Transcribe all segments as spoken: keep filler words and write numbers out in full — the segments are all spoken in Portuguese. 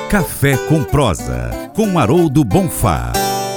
Café com Prosa, com Haroldo Bonfá.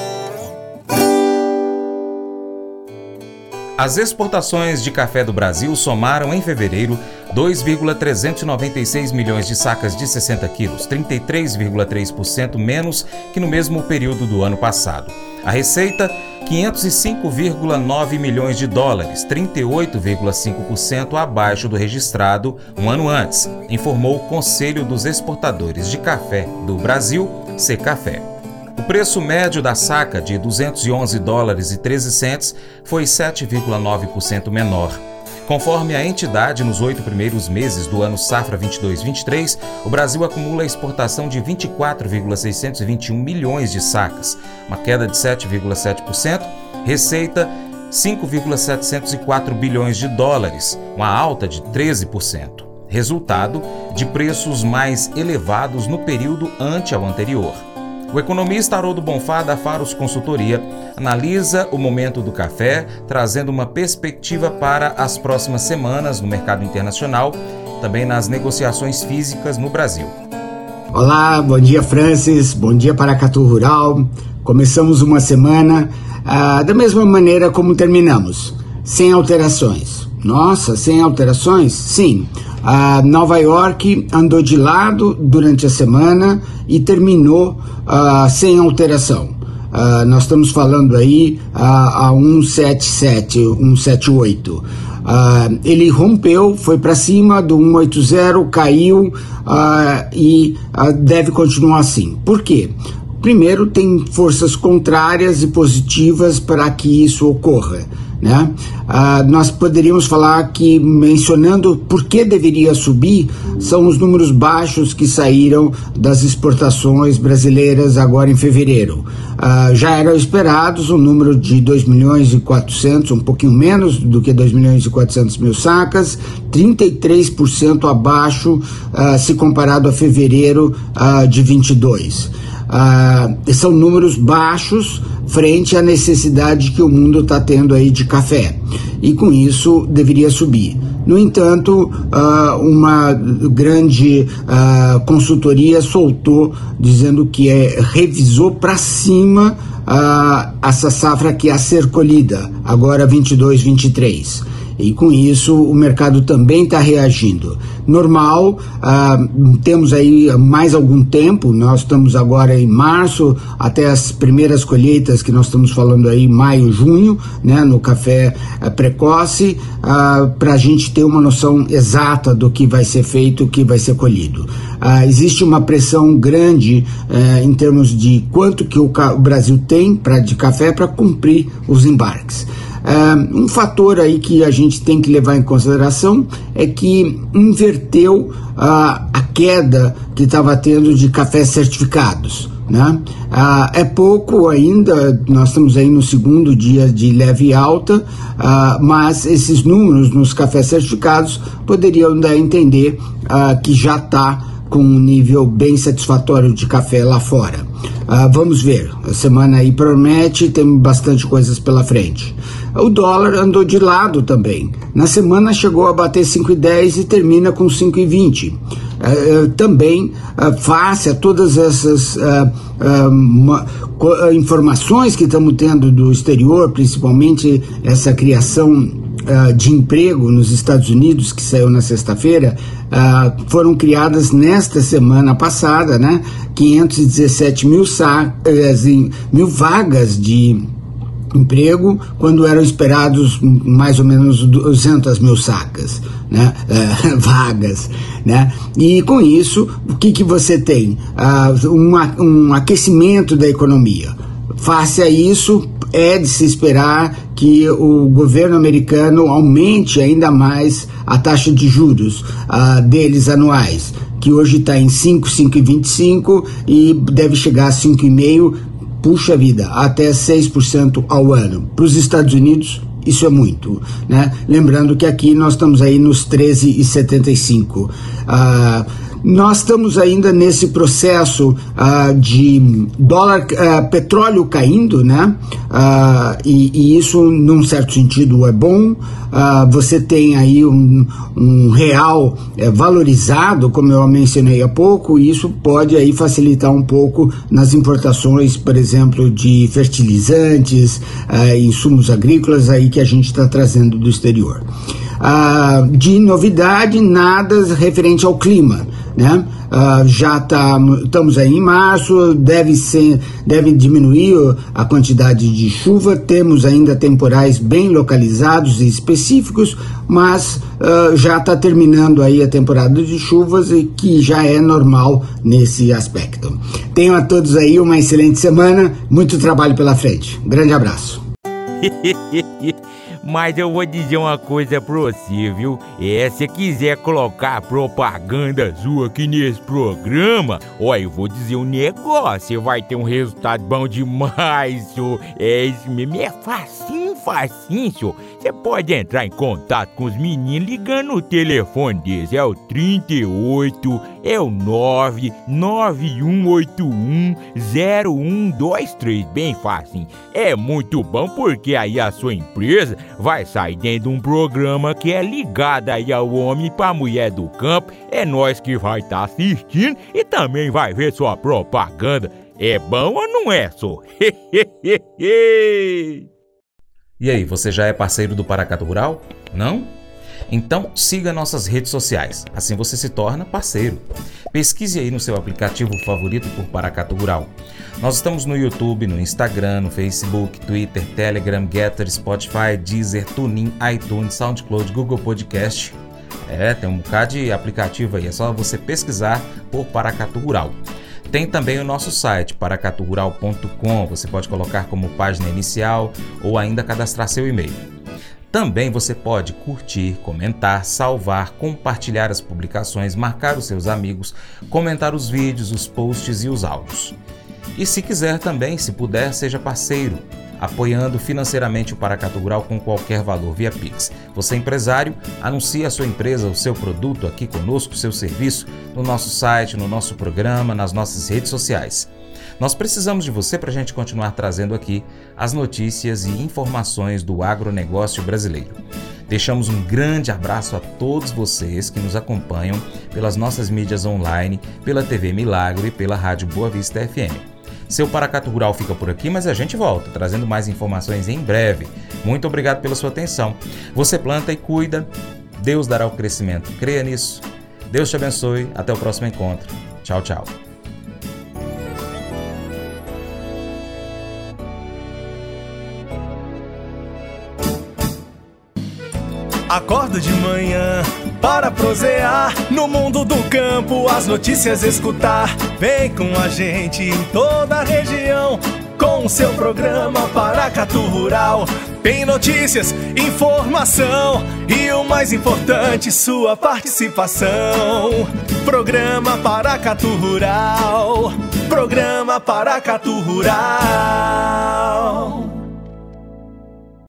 As exportações de café do Brasil somaram em fevereiro dois vírgula trezentos e noventa e seis milhões de sacas de sessenta quilos, trinta e três vírgula três por cento menos que no mesmo período do ano passado. A receita, quinhentos e cinco vírgula nove milhões de dólares, trinta e oito vírgula cinco por cento abaixo do registrado um ano antes, informou o Conselho dos Exportadores de Café do Brasil, Secafé. O preço médio da saca de duzentos e onze dólares e treze centos foi sete vírgula nove por cento menor. Conforme a entidade, nos oito primeiros meses do ano safra vinte e dois vinte e três, o Brasil acumula a exportação de vinte e quatro vírgula seiscentos e vinte e um milhões de sacas, uma queda de sete vírgula sete por cento, receita cinco vírgula setecentos e quatro bilhões de dólares, uma alta de treze por cento, resultado de preços mais elevados no período ante ao anterior. O economista Haroldo Bonfá, da Faros Consultoria, analisa o momento do café, trazendo uma perspectiva para as próximas semanas no mercado internacional, também nas negociações físicas no Brasil. Olá, bom dia Francis, bom dia Paracatu Rural. Começamos uma semana ah, da mesma maneira como terminamos, sem alterações. Nossa, sem alterações? Sim. Uh, Nova York andou de lado durante a semana e terminou uh, sem alteração. Uh, nós estamos falando aí uh, a cento e setenta e sete, cento e setenta e oito. Uh, ele rompeu, foi para cima do cento e oitenta, caiu uh, e uh, deve continuar assim. Por quê? Primeiro, tem forças contrárias e positivas para que isso ocorra, né? Ah, nós poderíamos falar que, mencionando por que deveria subir, são os números baixos que saíram das exportações brasileiras agora em fevereiro. Ah, já eram esperados um número de dois milhões e quatrocentos, um pouquinho menos do que dois milhões e quatrocentos mil sacas, trinta e três por cento abaixo ah, se comparado a fevereiro ah, de vinte e dois. Uh, são números baixos frente à necessidade que o mundo está tendo aí de café, e com isso deveria subir. No entanto, uh, uma grande uh, consultoria soltou dizendo que é, revisou para cima uh, essa safra que é a ser colhida, agora vinte e dois vinte e três. E com isso o mercado também está reagindo. Normal, ah, temos aí mais algum tempo, nós estamos agora em março, até as primeiras colheitas que nós estamos falando aí, maio, junho, né, no café ah, precoce, ah, para a gente ter uma noção exata do que vai ser feito, o que vai ser colhido. Ah, existe uma pressão grande eh, em termos de quanto que o, o Brasil tem pra, de café para cumprir os embarques. Uh, um fator aí que a gente tem que levar em consideração é que inverteu uh, a queda que estava tendo de cafés certificados, né? Uh, é pouco ainda, nós estamos aí no segundo dia de leve alta, uh, mas esses números nos cafés certificados poderiam dar a entender uh, que já está com um nível bem satisfatório de café lá fora. Uh, vamos ver, a semana aí promete, tem bastante coisas pela frente. O dólar andou de lado também. Na semana chegou a bater cinco e dez e termina com cinco e vinte. Uh, uh, também, uh, face a todas essas uh, uh, uh, informações que estamos tendo do exterior, principalmente essa criação Uh, de emprego nos Estados Unidos, que saiu na sexta-feira, uh, foram criadas nesta semana passada, né, quinhentos e dezessete mil, sa- uh, mil vagas de emprego, quando eram esperados mais ou menos duzentas mil sacas, né, uh, vagas, né, e com isso, o que que você tem? Uh, uma, um aquecimento da economia. Face a isso, é de se esperar que o governo americano aumente ainda mais a taxa de juros uh, deles anuais, que hoje está em cinco, cinco vírgula vinte e cinco e deve chegar a cinco vírgula cinco por cento, puxa vida, até seis por cento ao ano. Para os Estados Unidos, isso é muito, né? Lembrando que aqui nós estamos aí nos treze vírgula setenta e cinco. Uh, Nós estamos ainda nesse processo uh, de dólar, uh, petróleo caindo, né? Uh, e, e isso, num certo sentido, é bom. Uh, você tem aí um, um real é, valorizado, como eu mencionei há pouco, e isso pode aí facilitar um pouco nas importações, por exemplo, de fertilizantes, uh, insumos agrícolas aí que a gente está trazendo do exterior. Uh, de novidade, nada referente ao clima, né? Uh, já tá, estamos aí em março, deve, ser, deve diminuir a quantidade de chuva, temos ainda temporais bem localizados e específicos, mas uh, já está terminando aí a temporada de chuvas e que já é normal nesse aspecto. Tenham a todos aí uma excelente semana, muito trabalho pela frente. Um grande abraço. Mas eu vou dizer uma coisa pra você, viu? É, se quiser colocar propaganda sua aqui nesse programa, ó, eu vou dizer um negócio, você vai ter um resultado bom demais, senhor. É isso mesmo, é facinho, facinho, senhor. Você pode entrar em contato com os meninos ligando o telefone deles, é o trinta e oito, é o nove nove um oito um zero um dois três, bem facinho. É muito bom porque aí a sua empresa vai sair dentro de um programa que é ligado aí ao homem pra mulher do campo. É nós que vai estar tá assistindo e também vai ver sua propaganda. É bom ou não é, só? E aí, você já é parceiro do Paracatu Rural? Não? Então siga nossas redes sociais, assim você se torna parceiro. Pesquise aí no seu aplicativo favorito por Paracatu Rural. Nós estamos no YouTube, no Instagram, no Facebook, Twitter, Telegram, Getter, Spotify, Deezer, TuneIn, iTunes, SoundCloud, Google Podcast. É, tem um bocado de aplicativo aí, é só você pesquisar por Paracatu Rural. Tem também o nosso site, paracatu rural ponto com, você pode colocar como página inicial ou ainda cadastrar seu e-mail. Também você pode curtir, comentar, salvar, compartilhar as publicações, marcar os seus amigos, comentar os vídeos, os posts e os áudios. E se quiser também, se puder, seja parceiro, apoiando financeiramente o Paracatu Rural com qualquer valor via Pix. Você é empresário, anuncie a sua empresa, o seu produto aqui conosco, o seu serviço, no nosso site, no nosso programa, nas nossas redes sociais. Nós precisamos de você para a gente continuar trazendo aqui as notícias e informações do agronegócio brasileiro. Deixamos um grande abraço a todos vocês que nos acompanham pelas nossas mídias online, pela T V Milagro e pela Rádio Boa Vista F M. Seu Paracatu Rural fica por aqui, mas a gente volta, trazendo mais informações em breve. Muito obrigado pela sua atenção. Você planta e cuida, Deus dará o crescimento. Creia nisso. Deus te abençoe. Até o próximo encontro. Tchau, tchau. Acordo de manhã para prosear no mundo do campo, as notícias escutar. Vem com a gente em toda a região com o seu programa Paracatu Rural. Tem notícias, informação e o mais importante, sua participação. Programa Paracatu Rural. Programa Paracatu Rural.